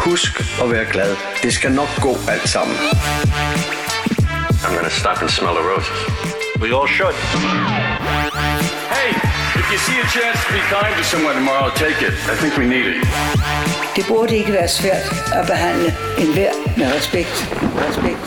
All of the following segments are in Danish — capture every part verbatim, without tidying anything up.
Husk at være glad. Det skal nok gå alt sammen. I'm gonna stop and smell the roses. We all should. Hey, if you see a chance to be kind to someone tomorrow, take it. I think we need it. Det burde ikke være svært at behandle enhver med respekt. Respekt.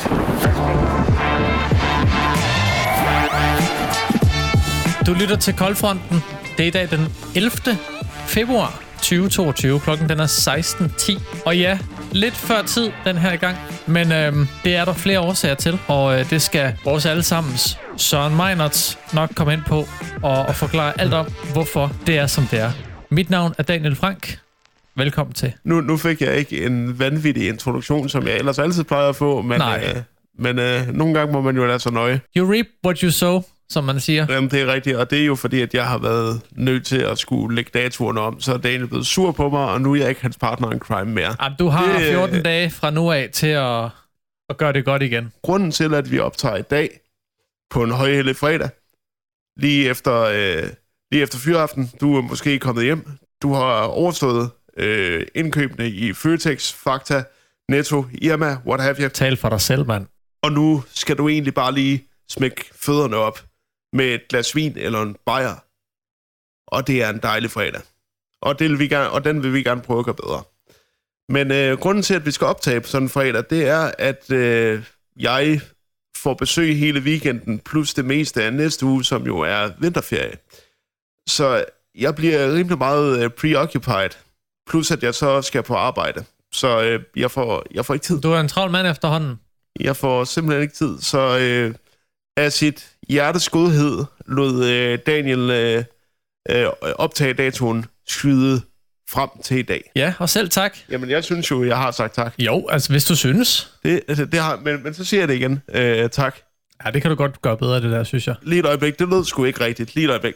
Respekt. Du lytter til Koldfronten. Det er i dag den ellevte februar tyve toogtyve. Klokken den er seksten ti. Og ja, lidt før tid den her gang. Men øhm, det er der flere årsager til. Og øh, det skal vores allesammens Søren Meinerts nok komme ind på og, og forklare alt om, hvorfor det er, som det er. Mit navn er Daniel Frank. Velkommen til. Nu, nu fik jeg ikke en vanvittig introduktion, som jeg ellers altid plejer at få. Men, øh, men øh, nogle gange må man jo lade sig nøje. You reap what you sow, som man siger. Jamen, det er rigtigt, og det er jo fordi, at jeg har været nødt til at skulle lægge datoerne om, så Daniel er blevet sur på mig, og nu er jeg ikke hans partner in crime mere. Jamen, du har det, fjorten øh, dage fra nu af til at, at gøre det godt igen. Grunden til, at vi optager i dag på en højhellig fredag, lige efter, øh, lige efter fyraften, du er måske kommet hjem, du har overstået øh, indkøbene i Føtex, Fakta, Netto, Irma, what have you. Tal for dig selv, mand. Og nu skal du egentlig bare lige smække fødderne op med et glas vin eller en bajer. Og det er en dejlig fredag. Og, det vil vi gerne, og den vil vi gerne prøve at gøre bedre. Men øh, grunden til, at vi skal optage på sådan en fredag, det er, at øh, jeg får besøg hele weekenden, plus det meste af næste uge, som jo er vinterferie. Så jeg bliver rimelig meget øh, preoccupied, plus at jeg så skal på arbejde. Så øh, jeg, får, jeg får ikke tid. Du er en travl mand efterhånden. Jeg får simpelthen ikke tid, så øh, af sit hjertes godhed lod øh, Daniel øh, øh, optage datoen skyde frem til i dag. Ja, og selv tak. Jamen, jeg synes jo, jeg har sagt tak. Jo, altså hvis du synes. Det, det, det har, men, men så siger jeg det igen. Øh, tak. Ja, det kan du godt gøre bedre, det der, synes jeg. Lige et øjeblik, det lød sgu ikke rigtigt. Lige et øjeblik.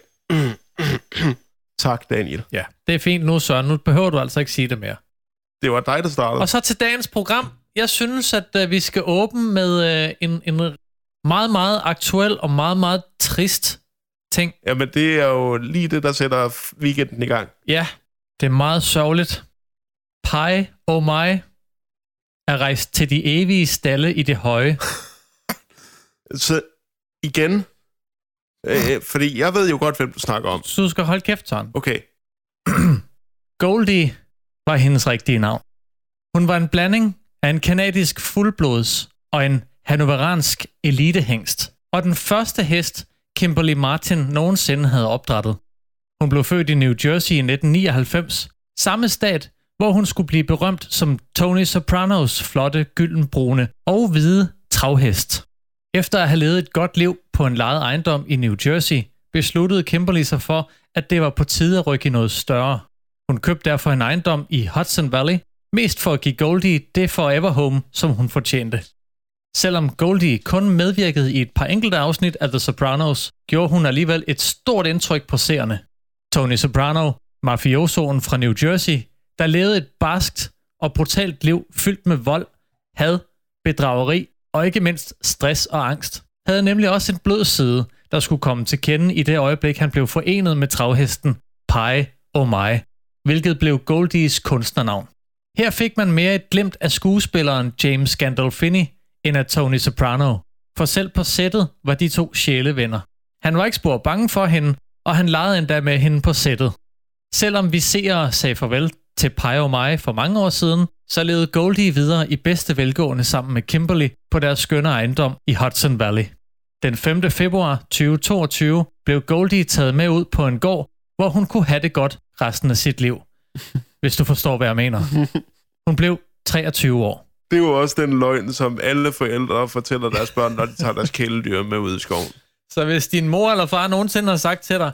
Tak, Daniel. Ja, det er fint nu, Søren. Nu behøver du altså ikke sige det mere. Det var dig, der startede. Og så til dagens program. Jeg synes, at uh, vi skal åbne med uh, en, en meget, meget aktuel og meget, meget trist ting. Jamen, det er jo lige det, der sætter weekenden i gang. Ja, det er meget sørgeligt. Pai oh my er rejst til de evige stalle i det høje. Så igen, øh, fordi jeg ved jo godt, hvem du snakker om. Så du skal holde kæft, Søren. Okay. Goldie var hendes rigtige navn. Hun var en blanding af en kanadisk fuldblods og en hannoveransk elitehængst, og den første hest, Kimberly Martin nogensinde havde opdrættet. Hun blev født i New Jersey i nitten nioghalvfems, samme stat, hvor hun skulle blive berømt som Tony Sopranos flotte, gyldenbrune og hvide travhest. Efter at have levet et godt liv på en lejet ejendom i New Jersey, besluttede Kimberly sig for, at det var på tide at rykke i noget større. Hun købte derfor en ejendom i Hudson Valley, mest for at give Goldie det forever home, som hun fortjente. Selvom Goldie kun medvirkede i et par enkelte afsnit af The Sopranos, gjorde hun alligevel et stort indtryk på seerne. Tony Soprano, mafiosoen fra New Jersey, der levede et barskt og brutalt liv fyldt med vold, had, bedrageri og ikke mindst stress og angst, havde nemlig også en blød side, der skulle komme til kende i det øjeblik, han blev forenet med travhesten Pai oh my, hvilket blev Goldies kunstnernavn. Her fik man mere et glimt af skuespilleren James Gandolfini end af Tony Soprano, for selv på sættet var de to sjælevenner. Han var ikke spor bange for hende, og han legede endda med hende på sættet. Selvom vi seere sagde farvel til Pai oh my for mange år siden, så levede Goldie videre i bedste velgående sammen med Kimberly på deres skønne ejendom i Hudson Valley. Den femte februar tyve toogtyve blev Goldie taget med ud på en gård, hvor hun kunne have det godt resten af sit liv. Hvis du forstår, hvad jeg mener. Hun blev treogtyve år. Det er jo også den løgn, som alle forældre fortæller deres børn, når de tager deres kæledyr med ud i skoven. Så hvis din mor eller far nogensinde har sagt til dig,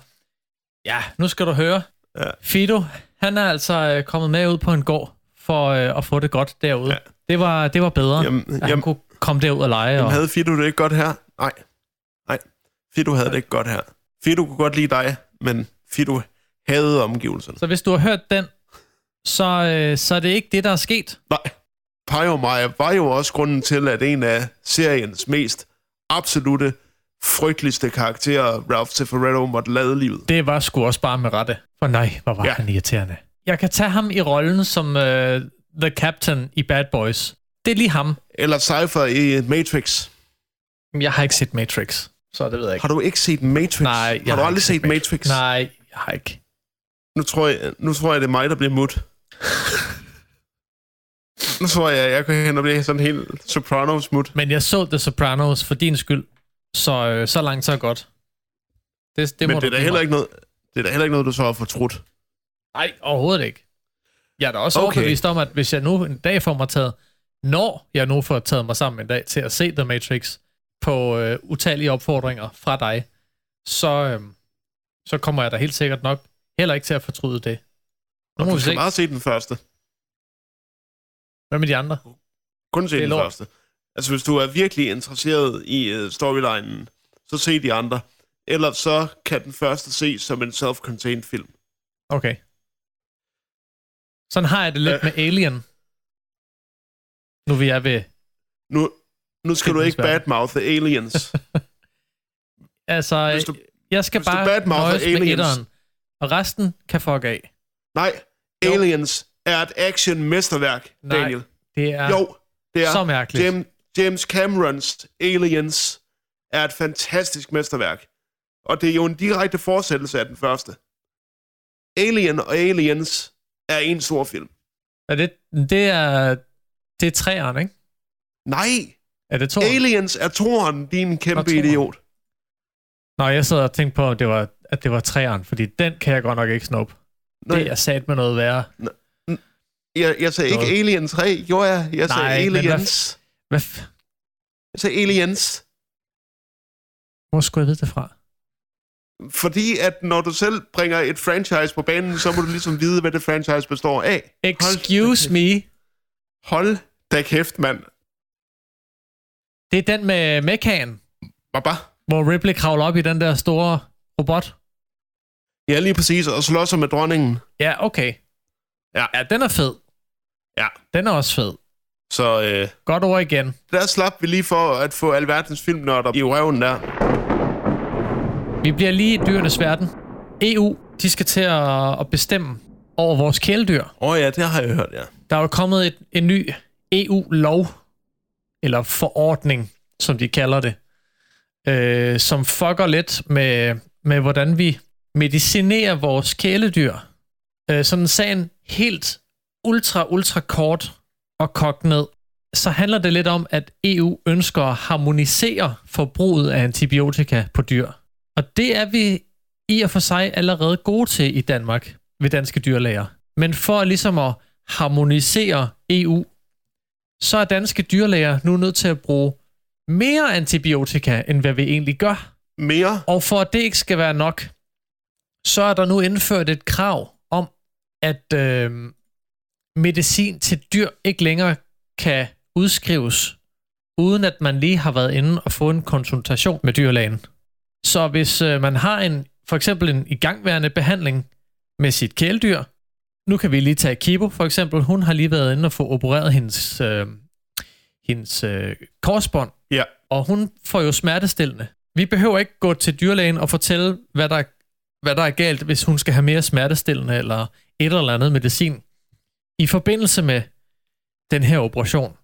ja, nu skal du høre, ja. Fido, han er altså øh, kommet med ud på en gård for øh, at få det godt derude. Ja. Det, var, det var bedre, jamen, at han jamen, kunne komme derud og lege. Jamen, og... havde Fido det ikke godt her? Nej. Nej. Fido havde det ikke godt her. Fido kunne godt lide dig, men Fido havde omgivelserne. Så hvis du har hørt den, så, øh, så er det ikke det, der er sket? Nej. Pai oh my var jo også grunden til, at en af seriens mest absolute, frygteligste karakterer, Ralph Cifaretto, måtte lade livet. Det var sgu også bare med rette. For nej, hvor var ja. han irriterende. Jeg kan tage ham i rollen som øh, The Captain i Bad Boys. Det er lige ham. Eller Cypher i Matrix. Jeg har ikke set Matrix, så det ved jeg ikke. Har du ikke set Matrix? Nej, jeg har du har aldrig set Matrix? Matrix? Nej, jeg har ikke. Nu tror jeg, nu tror jeg det er mig, der bliver mut. Nu tror jeg, jeg kan hen og blive sådan helt Sopranos-mut. Men jeg så The Sopranos for din skyld, så, øh, så langt, så godt. Det, det Men må det er, du da heller ikke noget, det er da heller ikke noget, du så har fortrudt. Nej, overhovedet ikke. Jeg er da også Okay. overbevist om, at hvis jeg nu en dag får mig taget, når jeg nu får taget mig sammen en dag til at se The Matrix på øh, utallige opfordringer fra dig, så, øh, så kommer jeg da helt sikkert nok heller ikke til at fortryde det. Nu Og må du vi skal se. bare se den første. Hvad med de andre? Kun se Det er den lort. første. Altså, hvis du er virkelig interesseret i uh, storylinen, så se de andre. Ellers så kan den første ses som en self-contained film. Okay. Sådan har jeg det lidt Ja. med Alien. Nu vi er ved... Nu, nu skal du ikke Filmens verden. badmouth aliens. Altså, Hvis du- jeg skal hvis du bare badmouther nøjes med Aliens- etteren, og resten kan fuck af. Nej, Jo. Aliens er et action-mesterværk, Nej, Daniel. det er Jo, det er så mærkeligt. James, James Camerons Aliens er et fantastisk mesterværk. Og det er jo en direkte fortsættelse af den første. Alien og Aliens er en stor film. Er det, det er... Det er træeren, ikke? Nej, Er det to? Aliens er toren, din kæmpe Nå, toeren. idiot. Nå, jeg sad og tænkte på, at det var, at det var træeren, fordi den kan jeg godt nok ikke snuppe. Nej. Det er sat med noget værre. Jeg, jeg sagde ikke Noget. Alien tre, gjorde jeg? Jeg sagde Nej, men hvad- Aliens. Hvad f- Jeg sagde Aliens. Hvor skulle jeg vide det fra? Fordi at når du selv bringer et franchise på banen, så må du ligesom vide, hvad det franchise består af. Excuse me. Hold da kæft, mand. Det er den med Mekan, Baba. hvor Ripley kravler op i den der store robot. Ja, lige præcis, og slåsser med dronningen. Ja, okay. Ja. Ja, den er fed. Ja. Den er også fed. Så øh, Godt ord igen. der slap vi lige for at få alverdens filmnørder i røven der. Vi bliver lige i dyrenes verden. E U, de skal til at, at bestemme over vores kæledyr. Åh oh, ja, det har jeg hørt, ja. Der er jo kommet et, en ny E U-lov, eller forordning, som de kalder det, øh, som fucker lidt med, med, hvordan vi medicinerer vores kæledyr. Øh, sådan sagen helt ultra, ultra kort og kogt ned, så handler det lidt om, at E U ønsker at harmonisere forbruget af antibiotika på dyr. Og det er vi i og for sig allerede gode til i Danmark ved Danske Dyrlæger. Men for ligesom at harmonisere E U, så er danske dyrlæger nu nødt til at bruge mere antibiotika, end hvad vi egentlig gør. Mere? Og for at det ikke skal være nok, så er der nu indført et krav om, at øh, medicin til dyr ikke længere kan udskrives, uden at man lige har været inde og få en konsultation med dyrlægen. Så hvis øh, man har en, for eksempel en igangværende behandling med sit kæledyr, nu kan vi lige tage Kibo for eksempel, hun har lige været inde og få opereret hendes, øh, hendes øh, korsbånd, Ja. og hun får jo smertestillende. Vi behøver ikke gå til dyrlægen og fortælle, hvad der, hvad der er galt, hvis hun skal have mere smertestillende eller et eller andet medicin i forbindelse med den her operation.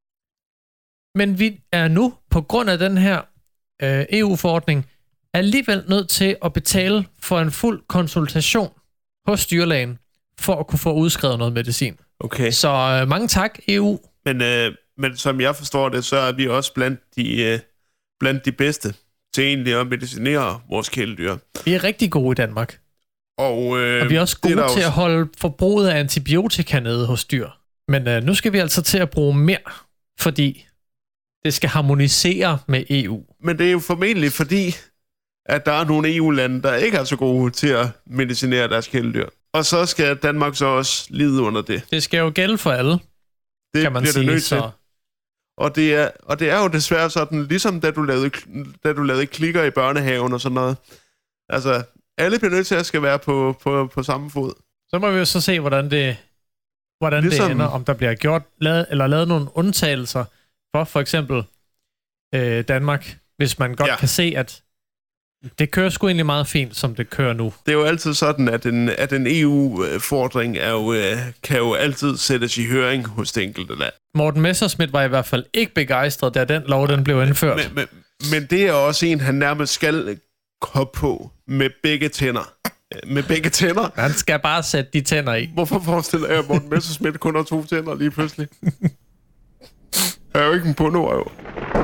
Men vi er nu, på grund af den her øh, E U-forordning, alligevel nødt til at betale for en fuld konsultation hos dyrlægen, for at kunne få udskrevet noget medicin. Okay. Så øh, mange tak, E U. Men, øh, men som jeg forstår det, så er vi også blandt de, øh, blandt de bedste til egentlig at medicinere vores kæledyr. Vi er rigtig gode i Danmark. Og, øh, Og vi er også det gode der til jo- at holde forbruget af antibiotika nede hos dyr. Men øh, nu skal vi altså til at bruge mere, fordi det skal harmonisere med E U. Men det er jo formentlig fordi, at der er nogle E U-lande, der ikke er så gode til at medicinere deres kæledyr. Og så skal Danmark så også lide under det. Det skal jo gælde for alle, Det kan man bliver sige. det nødt Så til. Og det, er, og det er jo desværre sådan, ligesom da du lavede, da du lavede klikker i børnehaven og sådan noget. Altså, alle bliver nødt til at skal være på, på, på samme fod. så må vi jo så se, hvordan det, hvordan Ligesom- det ender. Om der bliver gjort lavet, eller lavet nogle undtagelser for for eksempel øh, Danmark, hvis man godt Ja. ja. kan se, at Det kører sgu egentlig meget fint, som det kører nu. Det er jo altid sådan, at en, at en E U-fordring er jo, kan jo altid sættes i høring hos det enkelte land. Morten Messerschmidt var i hvert fald ikke begejstret, da den lov den blev indført. Men, men, men det er også en, han nærmest skal koppe på med begge tænder. Med begge tænder. Han skal bare sætte de tænder i. Hvorfor forestiller jeg, at Morten Messerschmidt kun har to tænder lige pludselig? Jeg er jo ikke en bundeord, jo.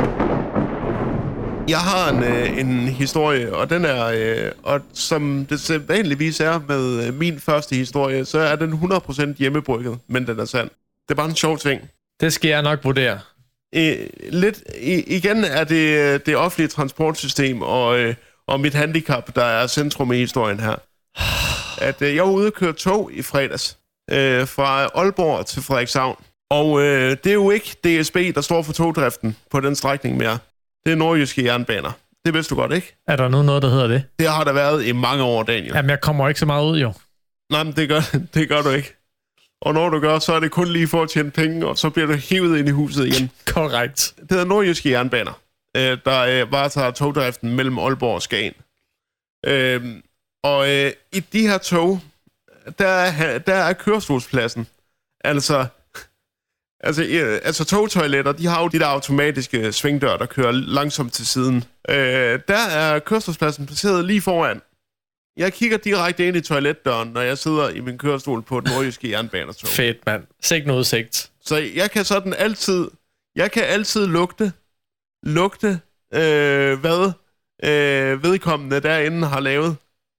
Jeg har en, øh, en historie, og den er, øh, og som det sædvanligvis er med øh, min første historie, så er den hundrede procent hjemmebrygget, men den er sand. Det er bare en sjov ting. Det skal jeg nok vurdere. Øh, lidt, i, igen er det det offentlige transportsystem og, øh, og mit handicap, der er centrum i historien her. At øh, jeg var ude og køre tog i fredags, øh, fra Aalborg til Frederikshavn. Og øh, det er jo ikke D S B, der står for togdriften på den strækning mere. Det er nordjyske jernbaner. Det vidste du godt, ikke? Er der nu noget, der hedder det? Det har der været i mange år, Daniel. Jamen, jeg kommer ikke så meget ud, jo. Nej, men det gør, det gør du ikke. Og når du gør, så er det kun lige for at tjene penge, og så bliver du hivet ind i huset igen. Korrekt. Det hedder nordjyske jernbaner, øh, der øh, varetager togdriften mellem Aalborg og Skagen. Øh, og øh, i de her tog, der er, der er kørestolspladsen. Altså... Altså, altså togtoiletter, de har jo de der automatiske svingdør, der kører langsomt til siden. Øh, der er kørestolspladsen placeret lige foran. Jeg kigger direkte ind i toiletdøren, når jeg sidder i min kørestol på et nordjyske jernbanetog. Fedt, mand. Sigt noget udsigt. Så jeg kan sådan altid, jeg kan altid lugte, lugte, øh, hvad øh, vedkommende derinde har lavet.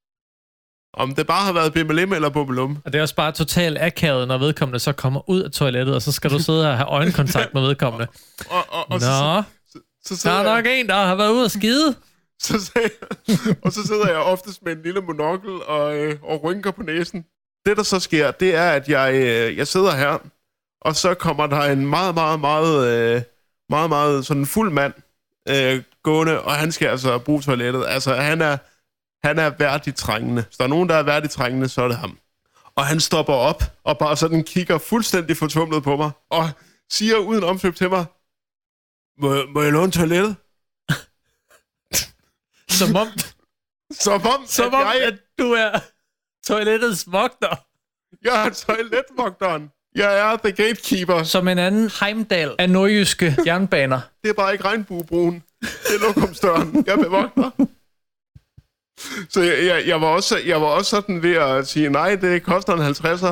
Om det bare har været bimmelim eller bummelum. Og det er også bare totalt akavet, når vedkommende så kommer ud af toilettet, og så skal du sidde og have øjenkontakt med vedkommende. og, og, og, Nå, så, så, så der er nok en, der har været ude at skide. Så sagde, og så sidder jeg oftest med en lille monokkel og, øh, og rynker på næsen. Det, der så sker, det er, at jeg, øh, jeg sidder her, og så kommer der en meget, meget, meget, øh, meget, meget sådan fuld mand øh, gående, og han skal altså bruge toilettet. Altså, han er... Han er værdigt trængende. Hvis der er nogen, der er værdigt trængende, så er det ham. Og han stopper op og bare sådan kigger fuldstændig fortumlet på mig og siger uden omsøg til mig, må, må jeg låne toilettet? Som om, Som om, som at, om jeg, at du er toilettets vogter. jeg er toiletvogteren. Jeg er the gatekeeper. Som en anden Heimdall af nordjyske jernbaner. Det er bare ikke regnbuebrun. Det er lokumsdøren. Jeg bevogter. Så jeg, jeg, jeg, var også, jeg var også sådan ved at sige, nej, det koster en halvtredser.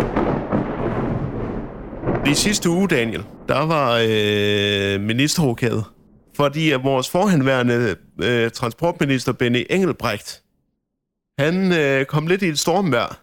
I sidste uge, Daniel, der var øh, ministerrokade, fordi at vores forhenværende øh, transportminister, Benny Engelbrecht, han øh, kom lidt i et stormvejr,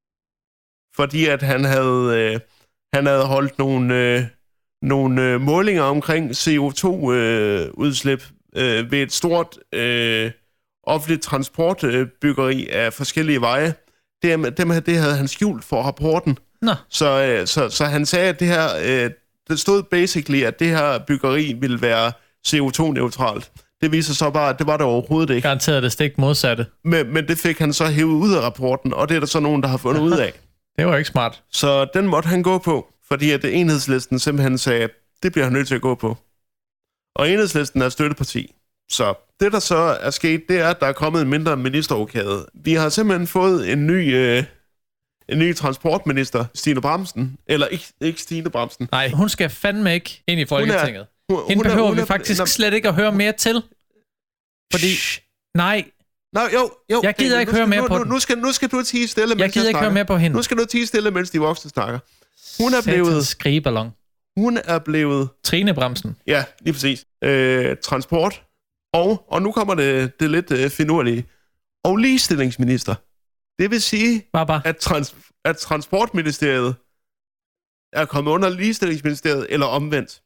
fordi at han havde, øh, han havde holdt nogle, øh, nogle øh, målinger omkring C O to udslip øh, øh, ved et stort... Øh, offentligt transportbyggeri af forskellige veje. Det, dem, det havde han skjult for rapporten. Nå. Så, så, så han sagde, at det her, øh, det stod basically, at det her byggeri ville være C O to neutralt. Det viser så bare, at det var det overhovedet ikke. Garanteret det stik modsatte. Men, men det fik han så hævet ud af rapporten, og det er der så nogen, der har fundet ud af. Det var ikke smart. Så den måtte han gå på, fordi at enhedslisten simpelthen sagde, at det bliver han nødt til at gå på. Og enhedslisten er støtteparti. Så det, der så er sket, det er, at der er kommet en mindre ministerrokade. Vi har simpelthen fået en ny, øh, en ny transportminister, Stine Bramsen. Eller ikke, ikke Stine Bramsen. Nej, hun skal fandme ikke ind i Folketinget. Hun er, hun, Hende hun behøver er, hun vi er, faktisk er, slet ikke at høre mere til. Fordi, Shh. nej, Nej, jo, jo. jeg gider ikke høre mere nu, på nu, den. nu skal, nu skal du tie stille, mens Jeg gider jeg ikke høre mere på hende. Nu skal du tie stille, mens de voksne snakker. Hun er blevet... Satans skrigeballon. Hun er blevet... Trine Bramsen. Ja, lige præcis. Øh, transport. Og, og nu kommer det, det lidt øh, finurlige. Og ligestillingsminister. Det vil sige, Baba. at, trans, at transportministeriet er kommet under ligestillingsministeriet, eller omvendt.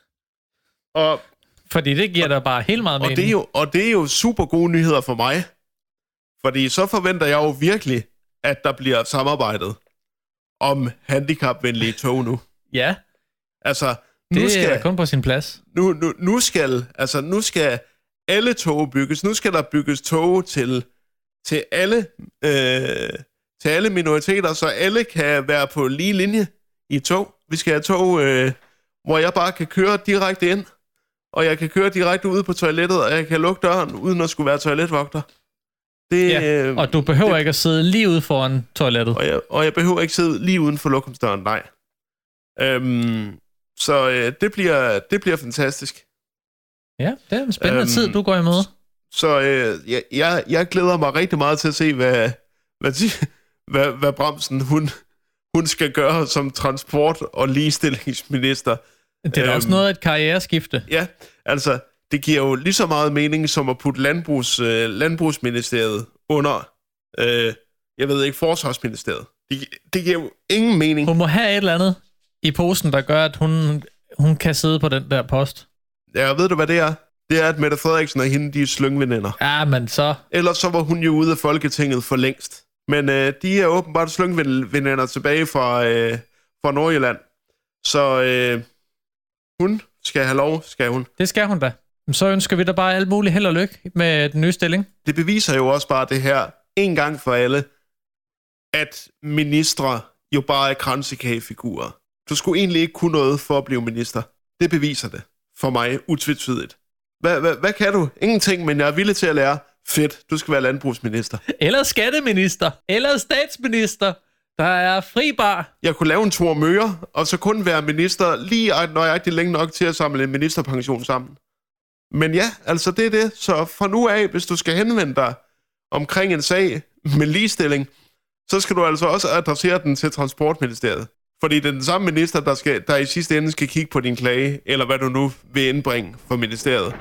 Og, Fordi det giver dig bare helt meget og, mening. det er jo, og det er jo super gode nyheder for mig. Fordi så forventer jeg jo virkelig, at der bliver samarbejdet om handicapvenlige tog nu. Ja, Altså, nu det skal, er kun på sin plads. nu, nu, nu skal, altså, nu skal alle tog bygges. Nu skal der bygges tog til, til, alle, øh, til alle minoriteter, så alle kan være på lige linje i tog. Vi skal have tog, øh, hvor jeg bare kan køre direkte ind, og jeg kan køre direkte ud på toilettet, og jeg kan lukke døren, uden at skulle være toiletvogter. Det, ja, øh, og du behøver det, ikke at sidde lige ude foran toilettet. Og jeg, og jeg behøver ikke sidde lige uden for lokumsdøren, nej. Øhm, så øh, det, bliver, det bliver fantastisk. Ja, det er en spændende øhm, tid, du går imod. Så øh, jeg, jeg, jeg glæder mig rigtig meget til at se, hvad, hvad, hvad, hvad Bramsen hun, hun skal gøre som transport- og ligestillingsminister. Det er øhm, også noget af et karriereskifte. Ja, altså, det giver jo lige så meget mening som at putte landbrugs, øh, landbrugsministeriet under, øh, jeg ved ikke, forsvarsministeriet. Det, det giver jo ingen mening. Hun må have et eller andet i posen, der gør, at hun, hun kan sidde på den der post. Ja, ved du, hvad det er? Det er, at Mette Frederiksen og hende, de er slyngveninder. Ja, men så... Ellers så var hun jo ude af Folketinget for længst. Men øh, de er åbenbart slyngveninder tilbage fra, øh, fra Nordjylland. Så øh, hun skal have lov, skal hun. Det skal hun da. Så ønsker vi da bare alt muligt held og lykke med den nye stilling. Det beviser jo også bare det her, en gang for alle, at ministre jo bare er kransekagefigurer. Du skulle egentlig ikke kunne noget for at blive minister. Det beviser det for mig utvetydigt. Hvad, hvad, hvad kan du? Ingenting, men jeg er villig til at lære. Fedt, du skal være landbrugsminister. Eller skatteminister. Eller statsminister. Der er fri bar. Jeg kunne lave en tur møre, og så kun være minister lige nøjagtigt længe nok til at samle en ministerpension sammen. Men ja, altså det er det. Så fra nu af, hvis du skal henvende dig omkring en sag med ligestilling, så skal du altså også adressere den til Transportministeriet. Fordi det er den samme minister, der, skal, der i sidste ende skal kigge på din klage, eller hvad du nu vil indbringe for ministeriet.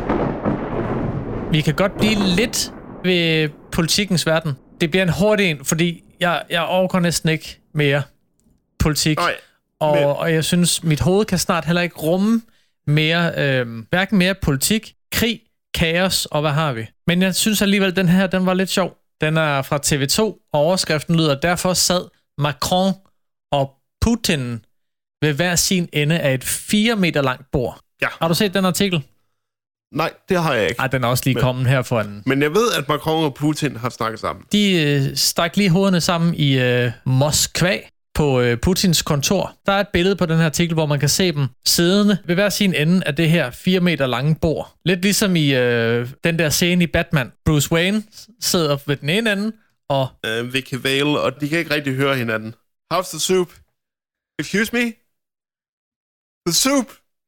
Vi kan godt blive lidt ved politikens verden. Det bliver en hurtig en, fordi jeg, jeg overgår næsten ikke mere politik. Nej, og, men... og jeg synes, mit hoved kan snart heller ikke rumme mere, øh, hverken mere politik, krig, kaos og hvad har vi. Men jeg synes alligevel, den her, den var lidt sjov. Den er fra T V to, og overskriften lyder, derfor sad Macron og Putin ved hver sin ende af et fire meter langt bord. Ja. Har du set den artikel? Nej, det har jeg ikke. Ej, den er også lige men, kommet her for en... Men jeg ved, at Macron og Putin har snakket sammen. De øh, stak lige hovederne sammen i øh, Moskva på øh, Putins kontor. Der er et billede på den her artikel, hvor man kan se dem siddende ved hver sin ende af det her fire meter lange bord. Lidt ligesom i øh, den der scene i Batman. Bruce Wayne sidder ved den ene ende, og... Uh, Vicky Vale, og de kan ikke rigtig høre hinanden. How's the soup? Excuse me? The soup?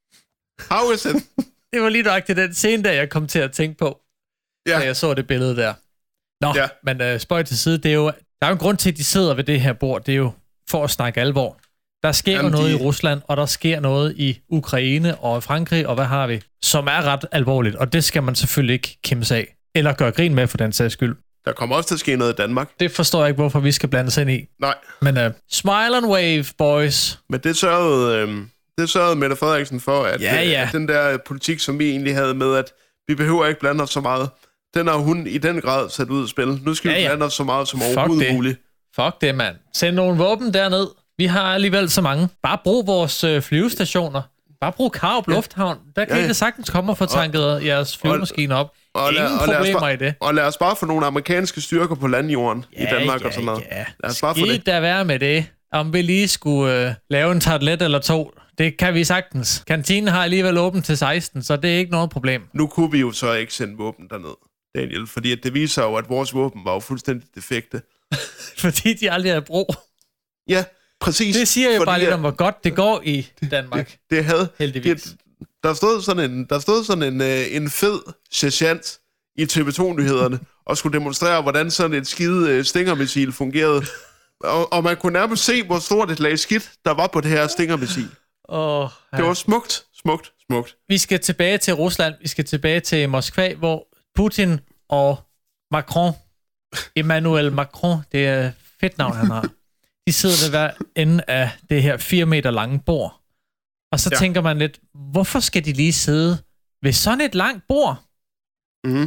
How is it? Det var lige nøjagtigt den scene, der jeg kom til at tænke på, ja. Da jeg så det billede der. Nå, ja. Men uh, spøj til side, det er jo, der er jo en grund til, at de sidder ved det her bord. Det er jo for at snakke alvor. Der sker Jamen, noget de... i Rusland, og der sker noget i Ukraine og Frankrig, og hvad har vi, som er ret alvorligt, og det skal man selvfølgelig ikke kimse af, eller gøre grin med for den sags skyld. Der kommer også til at ske noget i Danmark. Det forstår jeg ikke, hvorfor vi skal blande os ind i. Nej. Men uh, smile and wave, boys. Men det sørgede, øh, det sørgede Mette Frederiksen for, at, ja, ja. at den der politik, som vi egentlig havde med, at vi behøver ikke blande os så meget, den har hun i den grad sat ud at spille. Nu skal ja, vi ja. blande os så meget som Fuck overhovedet det. muligt. Fuck det, mand. Send nogle våben derned. Vi har alligevel så mange. Bare brug vores øh, flyvestationer. Bare brug Karup ja. Lufthavn. Der kan ja, ja. det sagtens komme og få tanket og, jeres flyvemaskiner op. Og Ingen lad, og problemer bare, i det. Og lad os bare få nogle amerikanske styrker på landjorden ja, i Danmark ja, og sådan noget. Ja. Lad os bare få det. der være med det. Om vi lige skulle øh, lave en tartlet eller to, det kan vi sagtens. Kantinen har alligevel åbent til seksten, så det er ikke noget problem. Nu kunne vi jo så ikke sende våben derned, Daniel, fordi at det viser jo, at vores våben var jo fuldstændig defekte. Fordi de aldrig havde brug. Ja, præcis. Det siger jo fordi, bare lidt om, hvor godt det går i Danmark. Det, det havde... Heldigvis. Det, der stod sådan en, der stod sådan en, øh, en fed sergeant i T V to-nyhederne og skulle demonstrere, hvordan sådan et skide øh, stingermissil fungerede. Og, og man kunne nærmest se, hvor stort et lag skidt, der var på det her stingermissil. Oh, ja. Det var smukt, smukt, smukt. Vi skal tilbage til Rusland. Vi skal tilbage til Moskva, hvor Putin og Macron, Emmanuel Macron, det er et fedt navn, han har. De sidder ved hver ende af det her fire meter lange bord. Og så ja. tænker man lidt, hvorfor skal de lige sidde ved sådan et langt bord? Mm-hmm.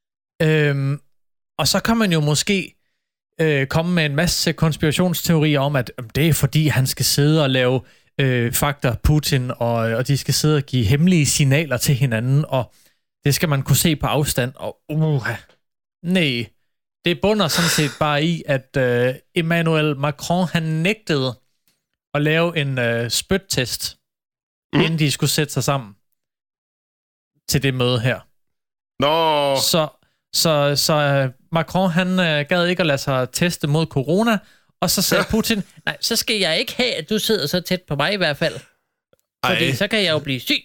Øhm, og så kan man jo måske øh, komme med en masse konspirationsteorier om, at øh, det er fordi, han skal sidde og lave øh, fakta, Putin, og, og de skal sidde og give hemmelige signaler til hinanden, og det skal man kunne se på afstand, og uh, nej, det bunder sådan set bare i, at øh, Emmanuel Macron, han nægtede at lave en øh, spyttest, mm. inden de skulle sætte sig sammen. til det møde her. Nå. Så, så, så Macron, han uh, gad ikke at lade sig teste mod corona, og så sagde Putin, nej, så skal jeg ikke have, at du sidder så tæt på mig i hvert fald. Fordi Ej. så kan jeg jo blive syg.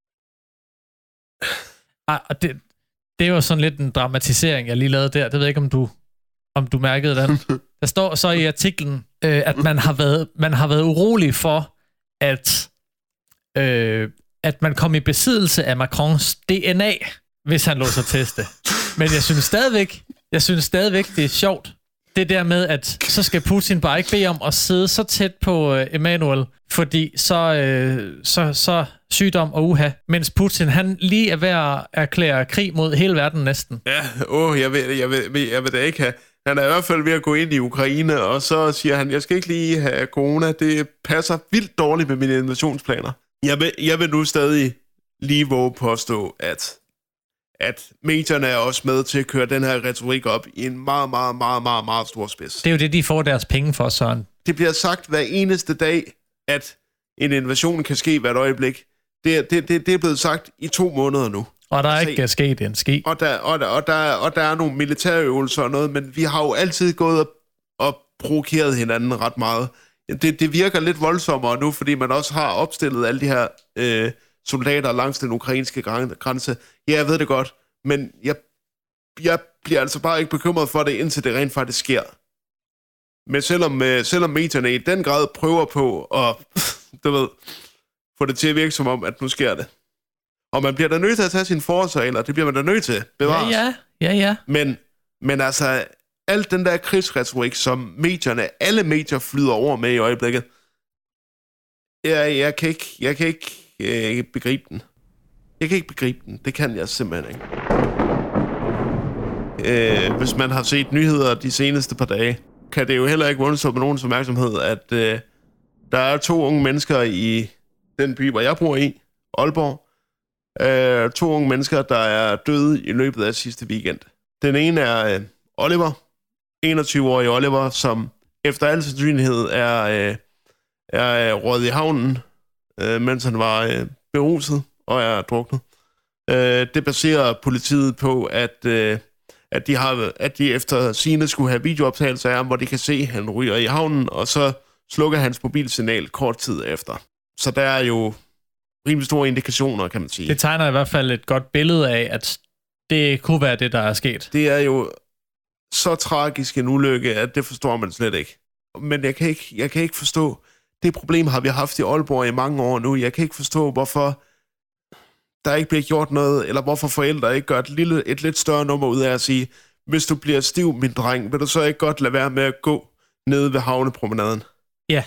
Ej, og det, det er jo sådan lidt en dramatisering, jeg lige lavede der. Det ved jeg ikke, om du, om du mærkede den. Der står så i artiklen, øh, at man har, været, man har været urolig for, at, øh, at man kom i besiddelse af Macrons D N A, hvis han lå sig teste. Men jeg synes stadigvæk, jeg synes stadigvæk, det er sjovt. Det der med, at så skal Putin bare ikke bede om at sidde så tæt på uh, Emmanuel, fordi så, øh, så, så sygdom og uha, mens Putin, han lige er ved at erklære krig mod hele verden næsten. Ja, åh, jeg ved, jeg ved, jeg ved det ikke have. Han er i hvert fald ved at gå ind i Ukraine, og så siger han, jeg skal ikke lige have corona, det passer vildt dårligt med mine invasionsplaner. Jeg vil, jeg vil nu stadig lige våge påstå, at at medierne er også med til at køre den her retorik op i en meget, meget, meget, meget, meget stor spids. Det er jo det, de får deres penge for, Søren. Det bliver sagt hver eneste dag, at en invasion kan ske hvert øjeblik. Det, det, det, det er blevet sagt i to måneder nu. Og der er ikke sket en ski. Og der, og, der, og, der, og der er nogle militærøvelser og noget, men vi har jo altid gået og, og provokeret hinanden ret meget. Det, det virker lidt voldsommere nu, fordi man også har opstillet alle de her øh, soldater langs den ukrainske grænse. Ja, jeg ved det godt, men jeg, jeg bliver altså bare ikke bekymret for det, indtil det rent faktisk sker. Men selvom, øh, selvom medierne i den grad prøver på at du ved, få det til at virke som om, at nu sker det. Og man bliver da nødt til at tage sine forholdsregler, det bliver man da nødt til. Bevares. Ja, ja, ja, ja. Men, men altså, alt den der krigsretorik, som medierne, alle medier flyder over med i øjeblikket, jeg, jeg kan ikke, jeg kan ikke øh, begribe den. Jeg kan ikke begribe den. Det kan jeg simpelthen ikke. Øh, hvis man har set nyheder de seneste par dage, kan det jo heller ikke undstå med nogens opmærksomhed, at øh, der er to unge mennesker i den by, hvor jeg bor i, Aalborg. Øh, to unge mennesker, der er døde i løbet af sidste weekend. Den ene er øh, Oliver, enogtyve-årig Oliver, som efter al sandsynlighed er, øh, er øh, røget i havnen, øh, mens han var øh, beruset og er druknet. Øh, det baserer politiet på, at, øh, at, de har, at de efter sigende skulle have videooptagelser af ham, hvor de kan se, at han ryger i havnen, og så slukker hans mobilsignal kort tid efter. Så der er jo rimelig store indikationer, kan man sige. Det tegner i hvert fald et godt billede af, at det kunne være det, der er sket. Det er jo så tragisk en ulykke, at det forstår man slet ikke. Men jeg kan ikke, jeg kan ikke forstå, det problem har vi haft i Aalborg i mange år nu. Jeg kan ikke forstå, hvorfor der ikke bliver gjort noget, eller hvorfor forældre ikke gør et, lille, et lidt større nummer ud af at sige, hvis du bliver stiv, min dreng, vil du så ikke godt lade være med at gå nede ved havnepromenaden? Ja.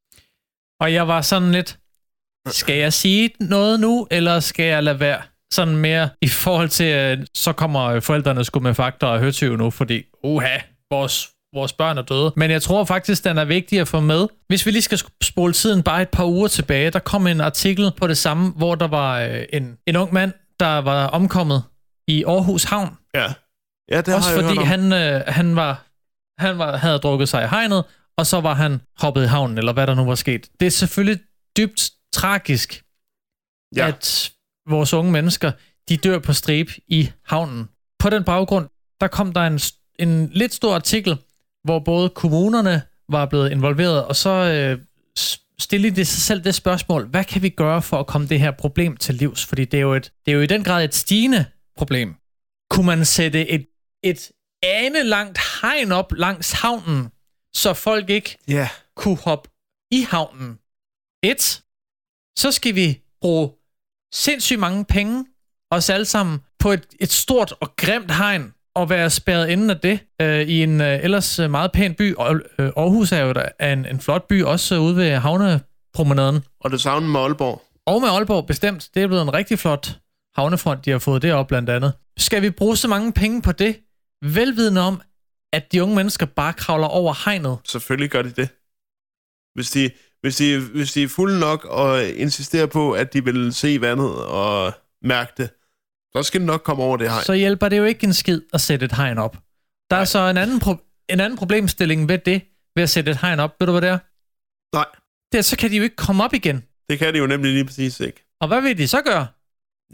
Og jeg var sådan lidt, skal jeg sige noget nu, eller skal jeg lade være? Sådan mere i forhold til, så kommer forældrene sgu med fakta og hørtyve nu, fordi, uha, vores, vores børn er døde. Men jeg tror faktisk, den er vigtig at få med. Hvis vi lige skal spole tiden bare et par uger tilbage, der kom en artikel på det samme, hvor der var en, en ung mand, der var omkommet i Aarhus Havn. Ja, ja det også har jeg fordi han, øh, han, var, han var, havde drukket sig i hegnet, og så var han hoppet i havnen, eller hvad der nu var sket. Det er selvfølgelig dybt tragisk, ja. At vores unge mennesker, de dør på stribe i havnen. På den baggrund, der kom der en, en lidt stor artikel, hvor både kommunerne var blevet involveret, og så øh, stillede de sig selv det spørgsmål, hvad kan vi gøre for at komme det her problem til livs? Fordi det er jo, et, det er jo i den grad et stigende problem. Kunne man sætte et, et anelangt hegn op langs havnen, så folk ikke yeah. kunne hoppe i havnen? Et, så skal vi bruge sindssygt mange penge, os alle sammen, på et, et stort og grimt hegn, og være spærret inden af det, øh, i en øh, ellers meget pæn by. Og, øh, Aarhus er jo der, er en, en flot by, også ude ved havnepromenaden. Og det samme med Aalborg. Og med Aalborg, bestemt. Det er blevet en rigtig flot havnefront, de har fået det op blandt andet. Skal vi bruge så mange penge på det, velvidende om, at de unge mennesker bare kravler over hegnet? Selvfølgelig gør de det. Hvis de, hvis de, hvis de er fulde nok og insisterer på, at de vil se vandet og mærke det, så skal det nok komme over det hegn. Så hjælper det jo ikke en skid at sætte et hegn op. Der Nej. er så en anden, pro- en anden problemstilling ved det, ved at sætte et hegn op. Ved du, hvad det er? Nej. Det er, så kan de jo ikke komme op igen. Det kan de jo nemlig lige præcis ikke. Og hvad vil de så gøre? Ja,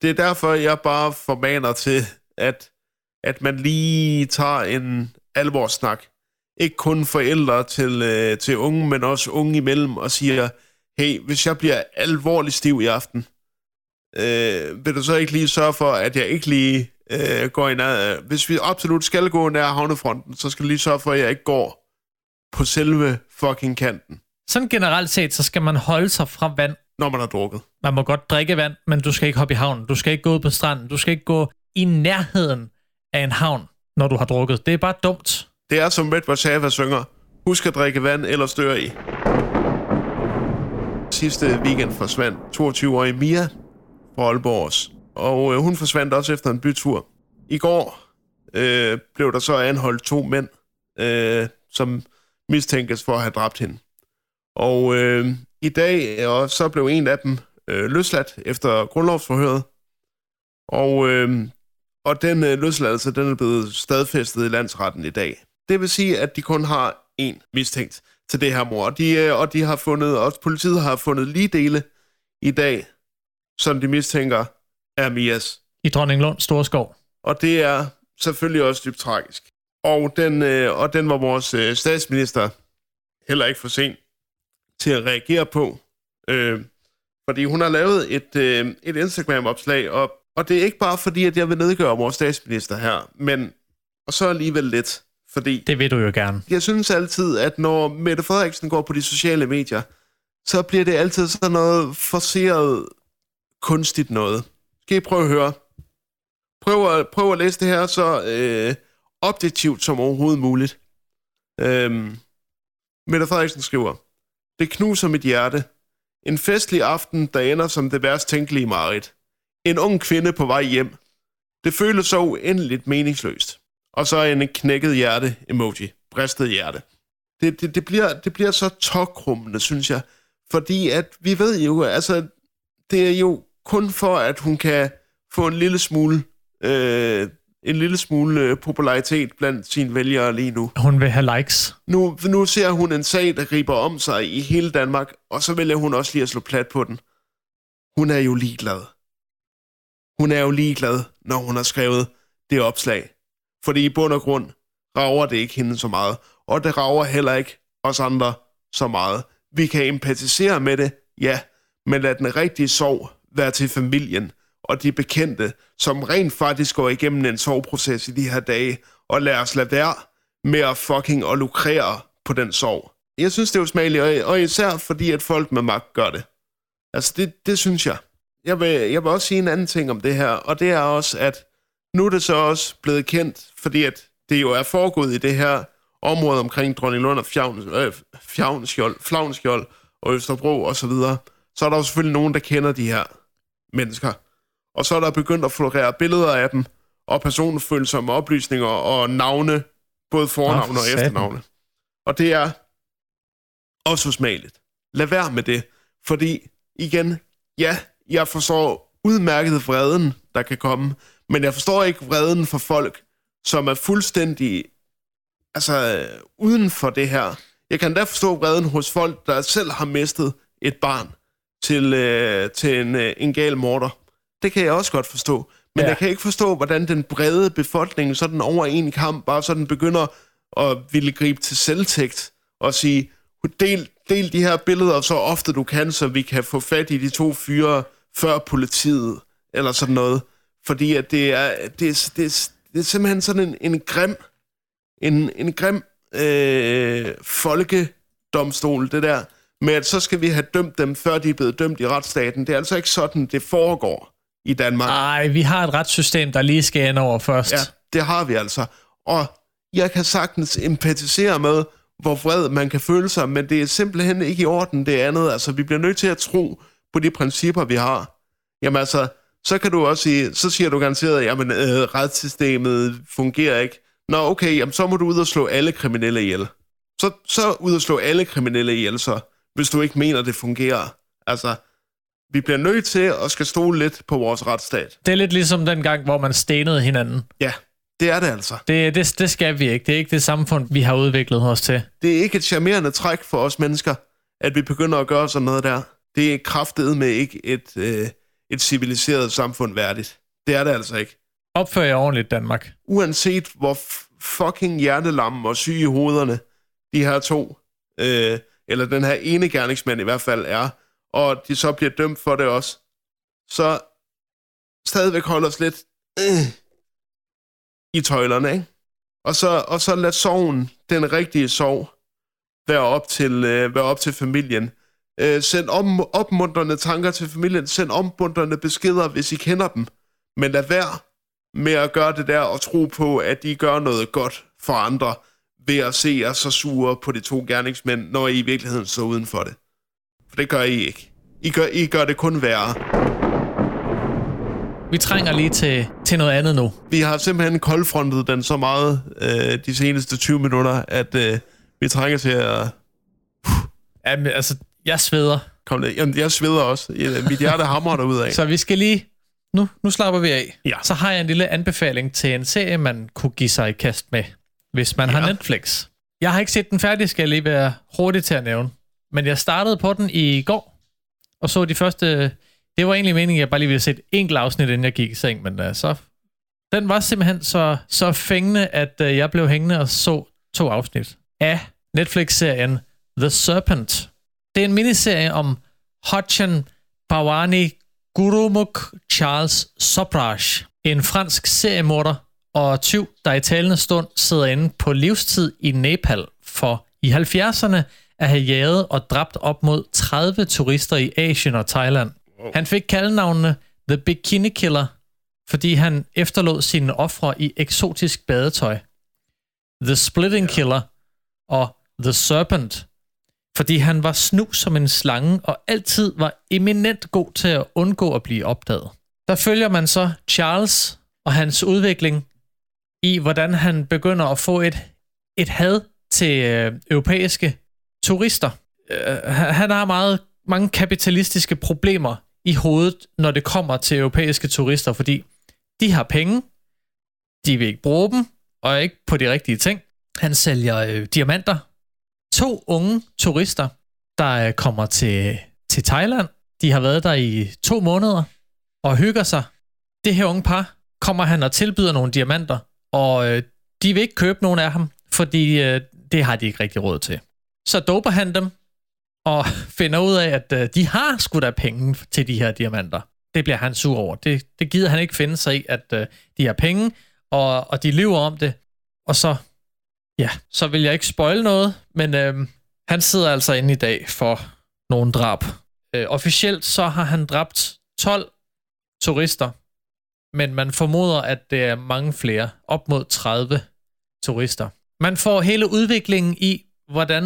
det er derfor, jeg bare formaner til, at, at man lige tager en alvorssnak. Ikke kun forældre til, øh, til unge, men også unge imellem, og siger, hey, hvis jeg bliver alvorligt stiv i aften, øh, vil du så ikke lige sørge for, at jeg ikke lige øh, går ind ad... Hvis vi absolut skal gå nær havnefronten, så skal du lige sørge for, at jeg ikke går på selve fucking kanten. Sådan generelt set, så skal man holde sig fra vand. Når man har drukket. Man må godt drikke vand, men du skal ikke hoppe i havnen. Du skal ikke gå ud på stranden. Du skal ikke gå i nærheden af en havn, når du har drukket. Det er bare dumt. Det er som Red Warszawa synger. Husk at drikke vand, ellers dør I. Sidste weekend forsvandt toogtyve-årige Mia fra Aalborg. Og øh, hun forsvandt også efter en bytur. I går øh, blev der så anholdt to mænd, øh, som mistænkes for at have dræbt hende. Og øh, i dag og så blev en af dem øh, løsladt efter grundlovsforhøret. Og, øh, og den øh, løsladelse, den er blevet stadfæstet i landsretten i dag. Det vil sige, at de kun har én mistænkt til det her mord. Og de, øh, og de har fundet, også politiet har fundet lige dele i dag, som de mistænker er Mias. I Dronninglund Storskov. Og det er selvfølgelig også dybt tragisk. Og den, øh, og den var vores øh, statsminister heller ikke for sent til at reagere på. Øh, fordi hun har lavet et, øh, et Instagram-opslag, og, og det er ikke bare fordi, at jeg vil nedgøre vores statsminister her, men og så alligevel lidt, fordi... Det vil du jo gerne. Jeg synes altid, at når Mette Frederiksen går på de sociale medier, så bliver det altid sådan noget forceret, kunstigt noget. Skal I prøve at høre? Prøv at, prøv at læse det her så øh, objektivt som overhovedet muligt. Øh, Mette Frederiksen skriver: Det knuser mit hjerte. En festlig aften, der ender som det værst tænkelige mareridt. En ung kvinde på vej hjem. Det føles så uendeligt meningsløst. Og så en knækket hjerte-emoji. Bristet hjerte. Det, det, det, bliver, det bliver så tåkrummende, synes jeg. Fordi at vi ved jo, altså, det er jo kun for, at hun kan få en lille smule, øh, en lille smule popularitet blandt sine vælgere lige nu. Hun vil have likes. Nu, nu ser hun en sag, der griber om sig i hele Danmark, og så vælger hun også lige at slå plat på den. Hun er jo ligeglad. Hun er jo ligeglad, når hun har skrevet det opslag. Fordi i bund og grund rager det ikke hende så meget, og det rager heller ikke os andre så meget. Vi kan empatisere med det, ja, men lad den rigtige sorg være til familien og de bekendte, som rent faktisk går igennem en sorgproces i de her dage, og lad os lade være med at fucking og lukrere på den sorg. Jeg synes, det er usmageligt, og især fordi, at folk med magt gør det. Altså, det, det synes jeg. Jeg vil, jeg vil også sige en anden ting om det her, og det er også, at nu er det så også blevet kendt, fordi at det jo er foregået i det her område omkring Dronninglund og Fjavnskjold, Flavnskjold og Østerbro og så videre, så er der jo selvfølgelig nogen, der kender de her mennesker. Og så er der begyndt at florere billeder af dem, og personfølsomme oplysninger og navne, både fornavne og efternavne. Og det er også usmageligt. Lad være med det, fordi igen, ja, jeg forstår udmærket vreden, der kan komme, men jeg forstår ikke vreden for folk, som er fuldstændig altså uden for det her. Jeg kan da forstå vreden hos folk, der selv har mistet et barn til, øh, til en, øh, en gal morder. Det kan jeg også godt forstå. Men ja. Jeg kan ikke forstå, hvordan den brede befolkning, sådan over en kamp, bare sådan begynder at ville gribe til selvtægt og sige, del, del de her billeder så ofte du kan, så vi kan få fat i de to fyre før politiet, eller sådan noget. Fordi at det er, det er, det er, det er simpelthen sådan en, en grim, en, en grim øh, folkedomstol, det der, med at så skal vi have dømt dem, før de er blevet dømt i retsstaten. Det er altså ikke sådan, det foregår i Danmark. Nej, vi har et retssystem, der lige skal ind over først. Ja, det har vi altså. Og jeg kan sagtens empatisere med, hvor vred man kan føle sig, men det er simpelthen ikke i orden, det andet. Altså, vi bliver nødt til at tro på de principper, vi har. Jamen altså, så kan du også sige, så siger du garanteret, jamen øh, retssystemet fungerer ikke. Nå, okay, jamen så må du ud og slå alle kriminelle ihjel. Så, så ud og slå alle kriminelle ihjel, så, hvis du ikke mener, det fungerer. Altså, vi bliver nødt til at skal stole lidt på vores retsstat. Det er lidt ligesom den gang, hvor man stenede hinanden. Ja, det er det altså. Det, det, det skal vi ikke. Det er ikke det samfund, vi har udviklet os til. Det er ikke et charmerende træk for os mennesker, at vi begynder at gøre sådan noget der. Det er kraftedeme ikke et, øh, et civiliseret samfund værdigt. Det er det altså ikke. Opfører jeg ordentligt, Danmark? Uanset hvor f- fucking hjertelamme og syge i hovederne de her to, øh, eller den her ene gerningsmand i hvert fald er, og de så bliver dømt for det også, så stadigvæk holder os lidt øh, i tøjlerne, ikke? Og så, og så lad sorgen, den rigtige sorg, være op til, øh, være op til familien. Øh, send om, opmuntrende tanker til familien, send opmuntrende beskeder, hvis I kender dem. Men lad være med at gøre det der og tro på, at de gør noget godt for andre, ved at se jer så sure på de to gerningsmænd, når I i virkeligheden står uden for det. For det gør I ikke. I gør, I gør det kun værre. Vi trænger lige til, til noget andet nu. Vi har simpelthen koldfrontet den så meget øh, de seneste tyve minutter, at øh, vi trænger til at... Jamen, altså, jeg sveder. Kom ned. Jamen, jeg sveder også. Mit hjerte hamrer derudad. Så vi skal lige... Nu, nu slapper vi af. Ja. Så har jeg en lille anbefaling til en serie, man kunne give sig i kast med, hvis man ja. har Netflix. Jeg har ikke set den færdig, skal jeg lige være hurtig til at nævne. Men jeg startede på den i går, og så de første... Det var egentlig meningen, at jeg bare lige ville sætte enkelt afsnit, inden jeg gik i seng, men uh, så... Den var simpelthen så, så fængende, at uh, jeg blev hængende og så to afsnit af Netflix-serien The Serpent. Det er en miniserie om Hossein Bhawani Gurumukh Charles Sobrage, en fransk seriemorder og tyv, der i talende stund sidder inde på livstid i Nepal for i halvfjerdserne at have jaget og dræbt op mod tredive turister i Asien og Thailand. Han fik kaldenavnene The Bikini Killer, fordi han efterlod sine ofre i eksotisk badetøj. The Splitting Killer og The Serpent, fordi han var snu som en slange og altid var eminent god til at undgå at blive opdaget. Der følger man så Charles og hans udvikling i, hvordan han begynder at få et, et had til øh, europæiske turister. Øh, han har meget, mange kapitalistiske problemer i hovedet, når det kommer til europæiske turister, fordi de har penge, de vil ikke bruge dem, og ikke på de rigtige ting. Han sælger øh, diamanter. To unge turister, der øh, kommer til, til Thailand. De har været der i to måneder og hygger sig. Det her unge par kommer han og tilbyder nogle diamanter, og øh, de vil ikke købe nogen af ham, fordi øh, det har de ikke rigtig råd til. Så doper han dem og finder ud af, at øh, de har sgu da penge til de her diamanter. Det bliver han sur over. Det, det gider han ikke finde sig i, at øh, de har penge, og, og de lyver om det. Og så, ja, så vil jeg ikke spoile noget, men øh, han sidder altså inde i dag for nogle drab. Øh, officielt så har han dræbt tolv turister, men man formoder, at det er mange flere, op mod tredive turister. Man får hele udviklingen i, hvordan,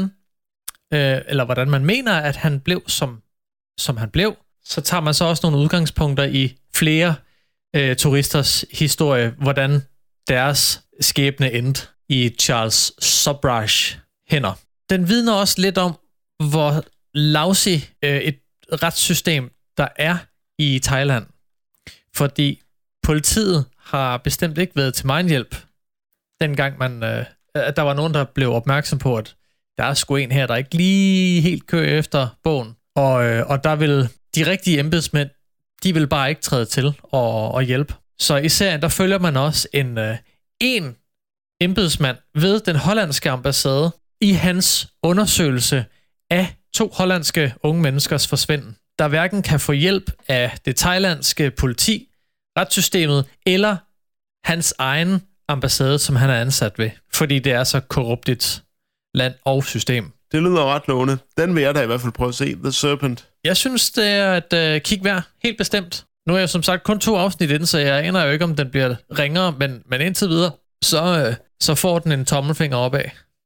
øh, eller hvordan man mener, at han blev, som, som han blev. Så tager man så også nogle udgangspunkter i flere øh, turisters historie, hvordan deres skæbne endte i Charles Sobrage hænder. Den vidner også lidt om, hvor lousy øh, et retssystem der er i Thailand. Fordi politiet har bestemt ikke været til megen hjælp, dengang man, øh, der var nogen, der blev opmærksom på, at der er sgu en her, der ikke lige helt kører efter bogen. Og, øh, og der vil de rigtige embedsmænd, de vil bare ikke træde til og, og hjælpe. Så i serien, der følger man også en, øh, en embedsmand ved den hollandske ambassade i hans undersøgelse af to hollandske unge menneskers forsvinden, der hverken kan få hjælp af det thailandske politi, retssystemet eller hans egen ambassade, som han er ansat ved, fordi det er så korruptet land og system. Det lyder ret lovende. Den vil jeg da i hvert fald prøve at se, The Serpent. Jeg synes, det er et uh, kig værd, helt bestemt. Nu er jeg som sagt kun to afsnit inden, så jeg aner jo ikke, om den bliver ringere, men, men indtil videre, så, uh, så får den en tommelfinger opad.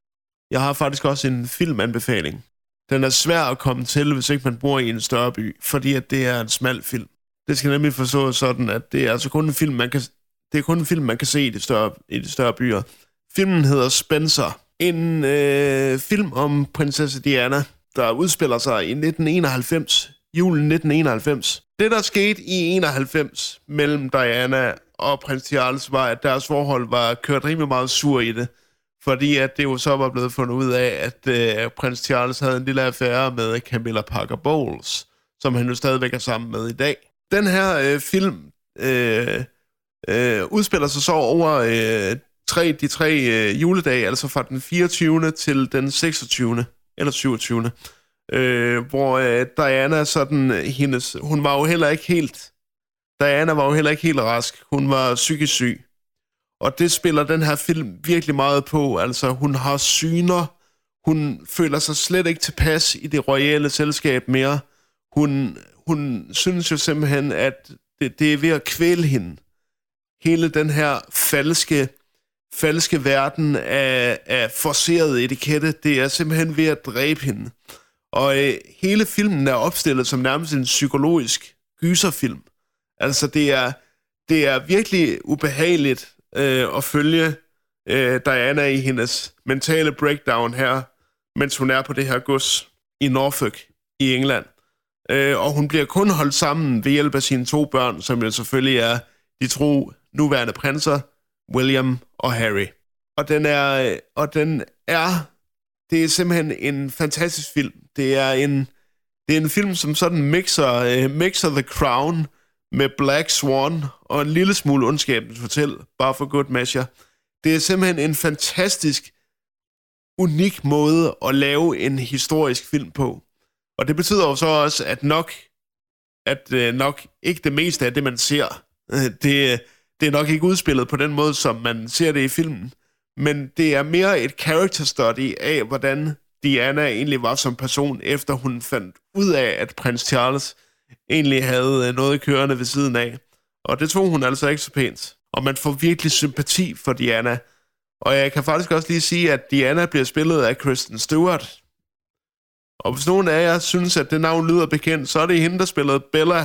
Jeg har faktisk også en filmanbefaling. Den er svær at komme til, hvis ikke man bor i en større by, fordi at det er en smal film. Det skal nemlig forstås sådan, at det er altså kun en film, man kan, det er kun en film, man kan se i de større, i de større byer. Filmen hedder Spencer. En øh, film om prinsesse Diana, der udspiller sig i nitten enoghalvfems, julen nitten enoghalvfems. Det, der skete i enoghalvfems mellem Diana og prins Charles, var, at deres forhold var kørt rimelig meget sur i det. Fordi at det jo så var blevet fundet ud af, at øh, prins Charles havde en lille affære med Camilla Parker Bowles, som han jo stadigvæk er sammen med i dag. den her øh, film øh, øh, udspiller sig så over øh, tre, de tre øh, juledage, altså fra den fireogtyvende til den seksogtyvende eller syvogtyvende Øh, hvor øh, Diana sådan, hendes, hun var jo heller ikke helt, Diana var jo heller ikke helt rask, hun var psykisk syg. Og det spiller den her film virkelig meget på, altså hun har syner, hun føler sig slet ikke tilpas i det royale selskab mere. Hun, hun synes jo simpelthen, at det, det er ved at kvæle hende. Hele den her falske, falske verden af, af forceret etikette, det er simpelthen ved at dræbe hende. Og øh, hele filmen er opstillet som nærmest en psykologisk gyserfilm. Altså det er, det er virkelig ubehageligt øh, at følge øh, Diana i hendes mentale breakdown her, mens hun er på det her gods i Norfolk i England. Øh, og hun bliver kun holdt sammen ved hjælp af sine to børn, som jo selvfølgelig er de to nuværende prinser, William og Harry. Og den er, og den er, det er simpelthen en fantastisk film. Det er en, det er en film, som sådan mixer, uh, mixer The Crown med Black Swan og en lille smule Ondskabens Hotel, bare for good measure. Det er simpelthen en fantastisk, unik måde at lave en historisk film på. Og det betyder jo så også, at nok, at uh, nok ikke det meste af det, man ser, uh, det, det er nok ikke udspillet på den måde, som man ser det i filmen. Men det er mere et character study af, hvordan Diana egentlig var som person, efter hun fandt ud af, at prins Charles egentlig havde noget kørende ved siden af. Og det tog hun altså ikke så pænt. Og man får virkelig sympati for Diana. Og jeg kan faktisk også lige sige, at Diana bliver spillet af Kristen Stewart. Og hvis nogen af jer synes, at det navn lyder bekendt, så er det hende, der spillede Bella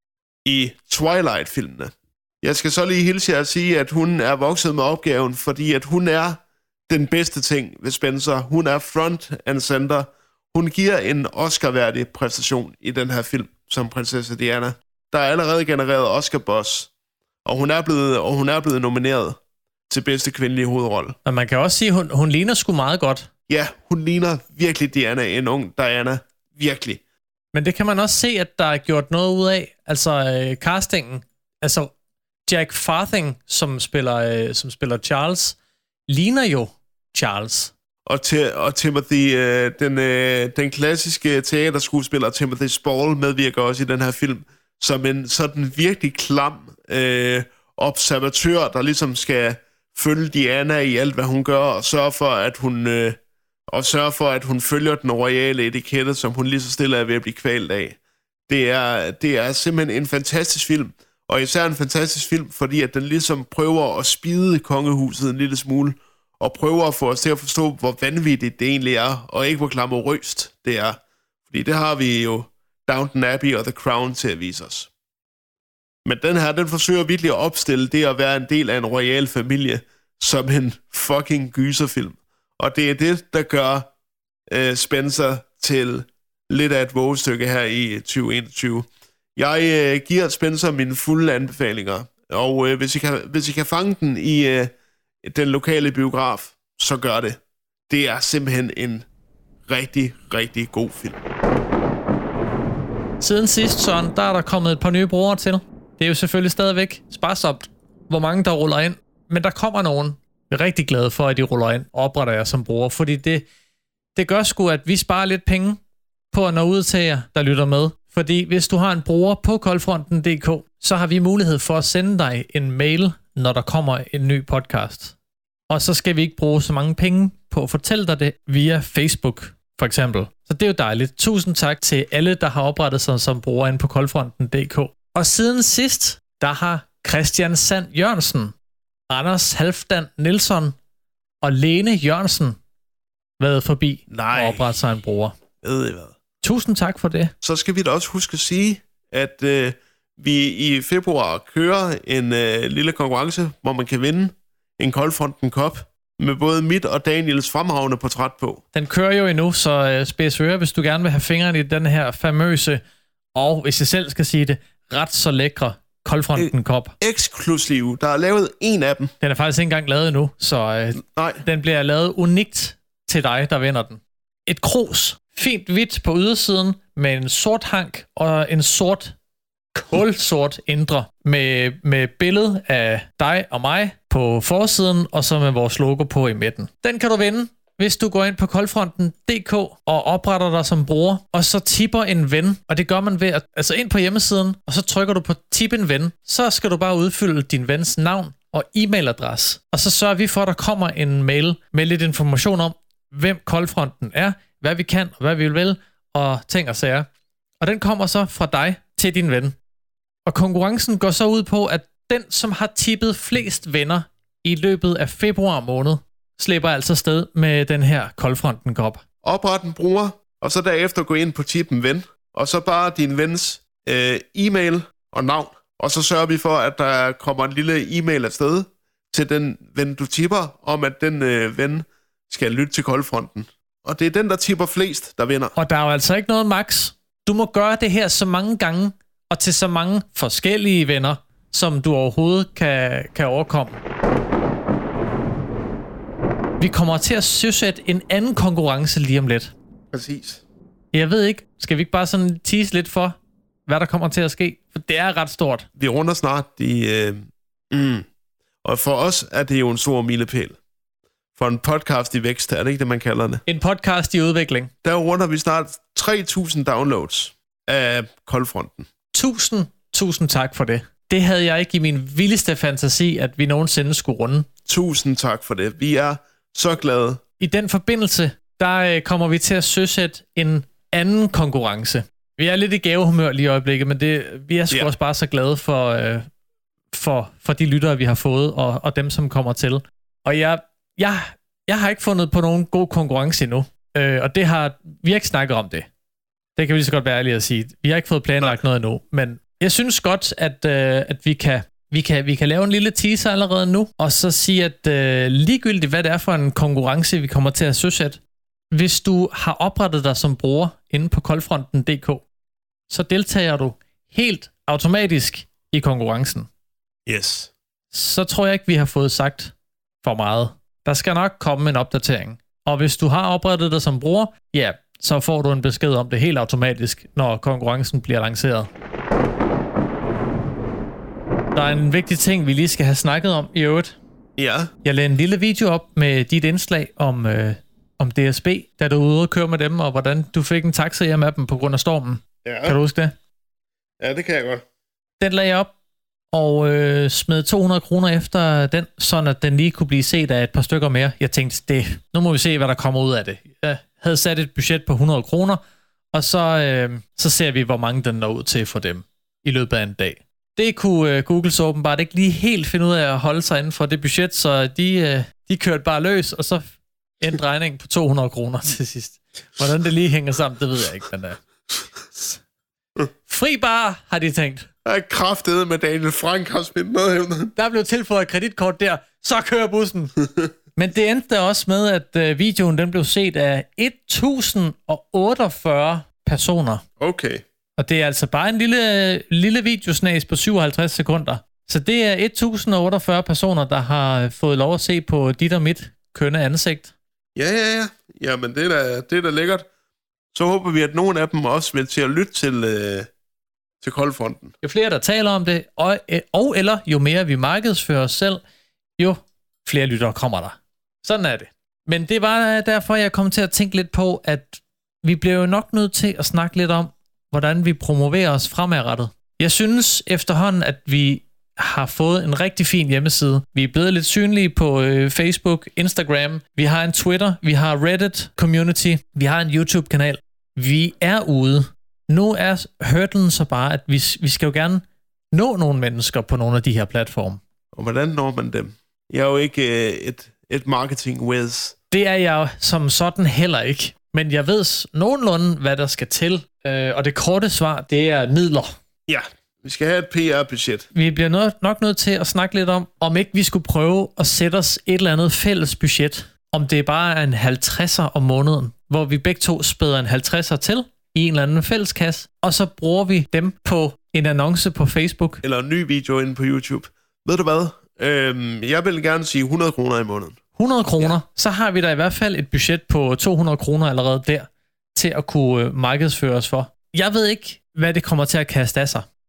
i Twilight-filmene. Jeg skal så lige hilse jer at sige, at hun er vokset med opgaven, fordi at hun er den bedste ting ved Spencer. Hun er front and center. Hun giver en Oscar-værdig præstation i den her film som prinsesse Diana. Der er allerede genereret Oscar-boss, og hun er blevet, og hun er blevet nomineret til bedste kvindelige hovedrolle. Og man kan også sige, at hun, hun ligner sgu meget godt. Ja, hun ligner virkelig Diana, en ung Diana. Virkelig. Men det kan man også se, at der er gjort noget ud af. Altså øh, castingen. Altså Jack Farthing, som spiller, øh, som spiller Charles, ligner jo Charles. Og, til, og Timothy, øh, den, øh, den klassiske teaterskuespiller Timothy Spall medvirker også i den her film, som en sådan virkelig klam øh, observatør, der ligesom skal følge Diana i alt, hvad hun gør, og sørge for, at hun, øh, og sørge for, at hun følger den royale etikette, som hun lige så stille er ved at blive kvalt af. Det er, det er simpelthen en fantastisk film, og især en fantastisk film, fordi at den ligesom prøver at spide kongehuset en lille smule, og prøver at få os til at forstå, hvor vanvittigt det egentlig er, og ikke hvor glamourøst det er. Fordi det har vi jo Downton Abbey og The Crown til at vise os. Men den her, den forsøger virkelig at opstille det at være en del af en royal familie, som en fucking gyserfilm. Og det er det, der gør uh, Spencer til lidt af et vågestykke her i tyve enogtyve. Jeg uh, giver Spencer mine fulde anbefalinger, og uh, hvis, I kan, hvis I kan fange den i uh, den lokale biograf, så gør det. Det er simpelthen en rigtig, rigtig god film. Siden sidst, Søren, der er der kommet et par nye brugere til. Det er jo selvfølgelig stadigvæk sparsomt, hvor mange der ruller ind. Men der kommer nogen. Jeg er rigtig glad for, at de ruller ind og opretter jer som bruger, fordi det, det gør sgu, at vi sparer lidt penge på at nå ud til jer, der lytter med. Fordi hvis du har en bruger på koldfronten punktum d k, så har vi mulighed for at sende dig en mail, når der kommer en ny podcast. Og så skal vi ikke bruge så mange penge på at fortælle dig det via Facebook, for eksempel. Så det er jo dejligt. Tusind tak til alle, der har oprettet sig som bruger inde på koldfronten punktum d k. Og siden sidst, der har Christian Sand Jørgensen, Anders Halfdan Nielsen og Lene Jørgensen været forbi Nej. og oprettet sig en bruger. Ved I hvad? Tusind tak for det. Så skal vi da også huske at sige, at øh, vi i februar kører en øh, lille konkurrence, hvor man kan vinde en Koldfronten Cup med både mit og Daniels fremragende portræt på. Den kører jo endnu, så øh, spids øre, hvis du gerne vil have fingrene i den her famøse, og hvis jeg selv skal sige det, ret så lækre Koldfronten Cup. Eksklusiv. Der er lavet en af dem. Den er faktisk ikke engang lavet endnu, så øh, Nej. den bliver lavet unikt til dig, der vinder den. Et krus. Fint hvidt på ydersiden med en sort hank og en sort kulsort indre med, med billede af dig og mig på forsiden, og så med vores logo på i midten. Den kan du vinde, hvis du går ind på koldfronten punktum d k og opretter dig som bruger, og så tipper en ven, og det gør man ved at, altså ind på hjemmesiden, og så trykker du på tip en ven, så skal du bare udfylde din vens navn og e-mailadresse, og så sørger vi for, at der kommer en mail med lidt information om, hvem Koldfronten er, hvad vi kan, og hvad vi vil, og ting og sager. Og den kommer så fra dig til din ven. Og konkurrencen går så ud på, at den, som har tippet flest venner i løbet af februar måned, slipper altså sted med den her Koldfronten-kop. Opret en bruger, og så derefter gå ind på tippen ven, og så bare din vens øh, e-mail og navn. Og så sørger vi for, at der kommer en lille e-mail afsted til den ven, du tipper, om at den øh, ven skal lytte til Koldfronten. Og det er den, der tipper flest, der vinder. Og der er jo altså ikke noget max. Du må gøre det her så mange gange, og til så mange forskellige venner, som du overhovedet kan, kan overkomme. Vi kommer til at søsætte en anden konkurrence lige om lidt. Præcis. Jeg ved ikke, skal vi ikke bare sådan tease lidt for, hvad der kommer til at ske? For det er ret stort. Vi runder snart de... Øh, mm. Og for os er det jo en stor milepæl. For en podcast i vækst, er det ikke det, man kalder det? En podcast i udvikling. Der runder vi snart tre tusind downloads af Koldfronten. Tusind, tusind tak for det. Det havde jeg ikke i min vildeste fantasi, at vi nogensinde skulle runde. Tusind tak for det. Vi er så glade. I den forbindelse, der øh, kommer vi til at søsætte en anden konkurrence. Vi er lidt i gavehumør lige i øjeblikket, men det, vi er sgu yeah. også bare så glade for, øh, for, for de lyttere, vi har fået, og, og dem, som kommer til. Og jeg, jeg, jeg har ikke fundet på nogen god konkurrence endnu, øh, og det har vi har ikke snakket om det. Det kan vi lige så godt være ærlige at sige. Vi har ikke fået planlagt Nej. noget endnu, men jeg synes godt, at, øh, at vi kan... Vi kan, vi kan lave en lille teaser allerede nu, og så sige, at øh, ligegyldigt, hvad det er for en konkurrence, vi kommer til at søsætte, hvis du har oprettet dig som bruger inde på koldfronten punktum d k, så deltager du helt automatisk i konkurrencen. Yes. Så tror jeg ikke, vi har fået sagt for meget. Der skal nok komme en opdatering. Og hvis du har oprettet dig som bruger, ja, så får du en besked om det helt automatisk, når konkurrencen bliver lanceret. Der er en vigtig ting, vi lige skal have snakket om i øvrigt. Ja. Jeg lagde en lille video op med dit indslag om, øh, om D S B, da du var ude og køre med dem, og hvordan du fik en taxa hjem af dem på grund af stormen. Ja. Kan du huske det? Ja, det kan jeg godt. Den lagde jeg op, og øh, smed to hundrede kroner efter den, sådan at den lige kunne blive set af et par stykker mere. Jeg tænkte, det, nu må vi se, hvad der kommer ud af det. Jeg havde sat et budget på hundrede kroner, og så, øh, så ser vi, hvor mange den når ud til for dem i løbet af en dag. Det kunne uh, Google så åbenbart ikke lige helt finde ud af at holde sig inden for det budget, så de, uh, de kørte bare løs, og så endte regningen på to hundrede kroner til sidst. Hvordan det lige hænger sammen, det ved jeg ikke, men uh... fri bar, har de tænkt. Jeg er kraftedet med Daniel Frank har smidt noget hævne. Der blev tilføjet et kreditkort der, så kører bussen. Men det endte der også med, at uh, videoen den blev set af et tusind otteogfyrre personer. Okay. Og det er altså bare en lille, lille videosnas på syvoghalvtreds sekunder. Så det er et tusind otteogfyrre personer, der har fået lov at se på dit og mit kønne ansigt. Ja, ja, ja. Jamen, det er da, det er da lækkert. Så håber vi, at nogle af dem også vil til at lytte til, øh, til Koldfronten. Jo flere, der taler om det, og, og eller jo mere vi markedsfører os selv, jo flere lyttere kommer der. Sådan er det. Men det var derfor, jeg kom til at tænke lidt på, at vi bliver jo nok nødt til at snakke lidt om, hvordan vi promoverer os fremadrettet. Jeg synes efterhånden, at vi har fået en rigtig fin hjemmeside. Vi er blevet lidt synlige på øh, Facebook, Instagram. Vi har en Twitter, vi har Reddit community, vi har en YouTube-kanal. Vi er ude. Nu er hurdlen så bare, at vi, vi skal jo gerne nå nogle mennesker på nogle af de her platforme. Og hvordan når man dem? Jeg er jo ikke øh, et, et marketing-whiz. Det er jeg som sådan heller ikke. Men jeg ved nogenlunde, hvad der skal til. Øh, og det korte svar, det er midler. Ja, vi skal have et P R-budget. Vi bliver nød, nok nødt til at snakke lidt om, om ikke vi skulle prøve at sætte os et eller andet fælles budget. Om det bare er en halvtredser om måneden, hvor vi begge to spæder en halvtredser til i en eller anden fælleskasse, og så bruger vi dem på en annonce på Facebook. Eller en ny video inde på YouTube. Ved du hvad? Øhm, jeg vil gerne sige hundrede kroner i måneden. hundrede kroner, ja. Så har vi da i hvert fald et budget på to hundrede kroner allerede der, til at kunne markedsføre os for. Jeg ved ikke, hvad det kommer til at kaste af sig, men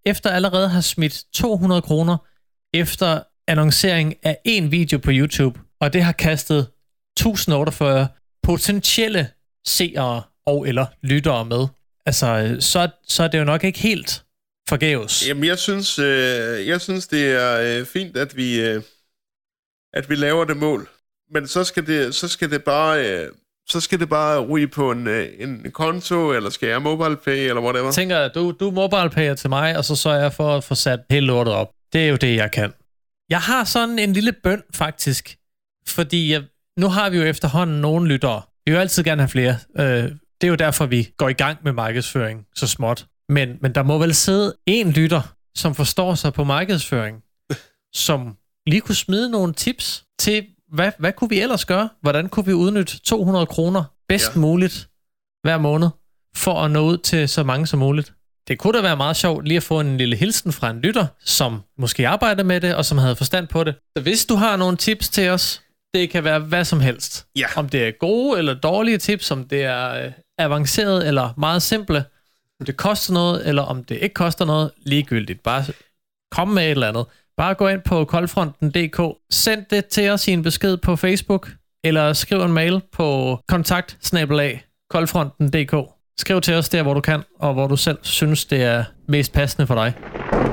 efter allerede har smidt to hundrede kroner efter annoncering af en video på YouTube, og det har kastet et tusind og otteogfyrre potentielle seere og eller lyttere med. Altså, så, så er det jo nok ikke helt forgæves. Jamen, jeg synes, øh, jeg synes det er øh, fint, at vi, øh, at vi laver det mål. Men så skal det, så skal det bare... Øh, så skal det bare ryge på en, en konto, eller skal jeg MobilePay, eller whatever. Jeg tænker, du, du MobilePayer til mig, og så sørger jeg for at få sat hele lortet op. Det er jo det, jeg kan. Jeg har sådan en lille bøn, faktisk. Fordi jeg, nu har vi jo efterhånden nogle lyttere. Vi vil jo altid gerne have flere. Øh, det er jo derfor, vi går i gang med markedsføring så småt. Men, men der må vel sidde en lytter, som forstår sig på markedsføring, som lige kunne smide nogle tips til, hvad, hvad kunne vi ellers gøre? Hvordan kunne vi udnytte to hundrede kroner bedst ja. muligt hver måned, for at nå ud til så mange som muligt? Det kunne da være meget sjovt lige at få en lille hilsen fra en lytter, som måske arbejder med det, og som havde forstand på det. Så hvis du har nogle tips til os, det kan være hvad som helst. Ja. Om det er gode eller dårlige tips, om det er øh, avanceret eller meget simple, om det koster noget, eller om det ikke koster noget, ligegyldigt. Bare kom med et eller andet. Bare gå ind på koldfronten punktum d k, send det til os i en besked på Facebook, eller skriv en mail på kontakt snabel-a koldfronten punktum d k. Skriv til os der, hvor du kan, og hvor du selv synes, det er mest passende for dig.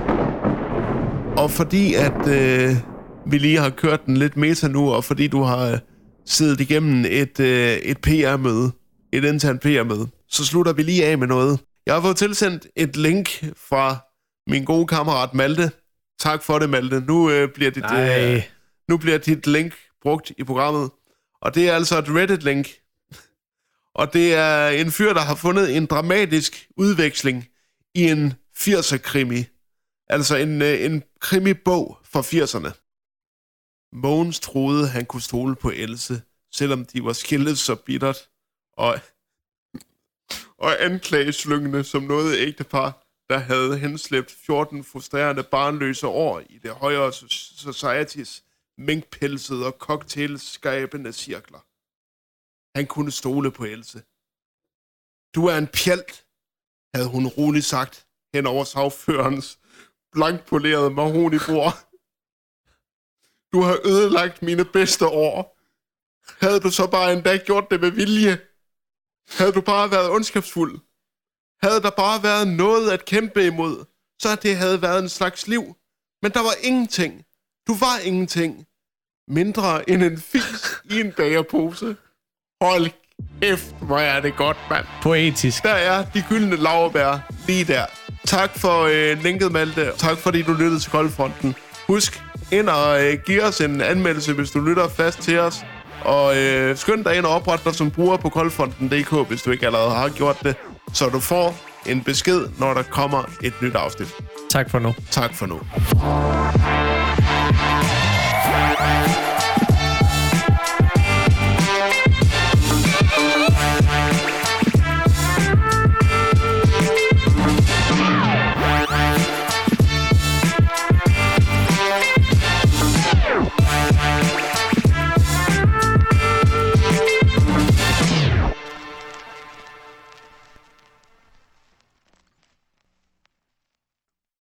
Og fordi at øh, vi lige har kørt den lidt meta nu, og fordi du har øh, siddet igennem et, øh, et P R-møde, et internt P R-møde, så slutter vi lige af med noget. Jeg har fået tilsendt et link fra min gode kammerat Malte. Tak for det, Malte. Nu, øh, bliver, dit, øh, nu bliver dit link brugt i programmet. Og det er altså et Reddit-link. Og det er en fyr, der har fundet en dramatisk udveksling i en firser-krimi. Altså en, øh, en krimi-bog fra firserne. Mogens troede, han kunne stole på Else, selvom de var skillet så bittert. Og, og anklageslyngende som noget ægtepar, der havde henslæbt fjorten frustrerende barnløse år i det højere societies minkpelsede og cocktailskabende cirkler. Han kunne stole på Else. Du er en pjalt, havde hun roligt sagt hen over sagførens blankpolerede mahonibord. Du har ødelagt mine bedste år. Havde du så bare endda gjort det med vilje? Havde du bare været ondskabsfuld? Havde der bare været noget at kæmpe imod, så det havde været en slags liv. Men der var ingenting. Du var ingenting. Mindre end en fis i en bagerpose. Hold kæft, hvor er det godt, mand. Poetisk. Der er de gyldne laurbær lige der. Tak for øh, linket, Malte. Tak fordi du lyttede til Koldfronten. Husk ind og øh, giv os en anmeldelse, hvis du lytter fast til os. Og øh, skynd dig ind og opret dig som bruger på koldfronten punktum d k, hvis du ikke allerede har gjort det. Så du får en besked, når der kommer et nyt afsnit. Tak for nu. Tak for nu.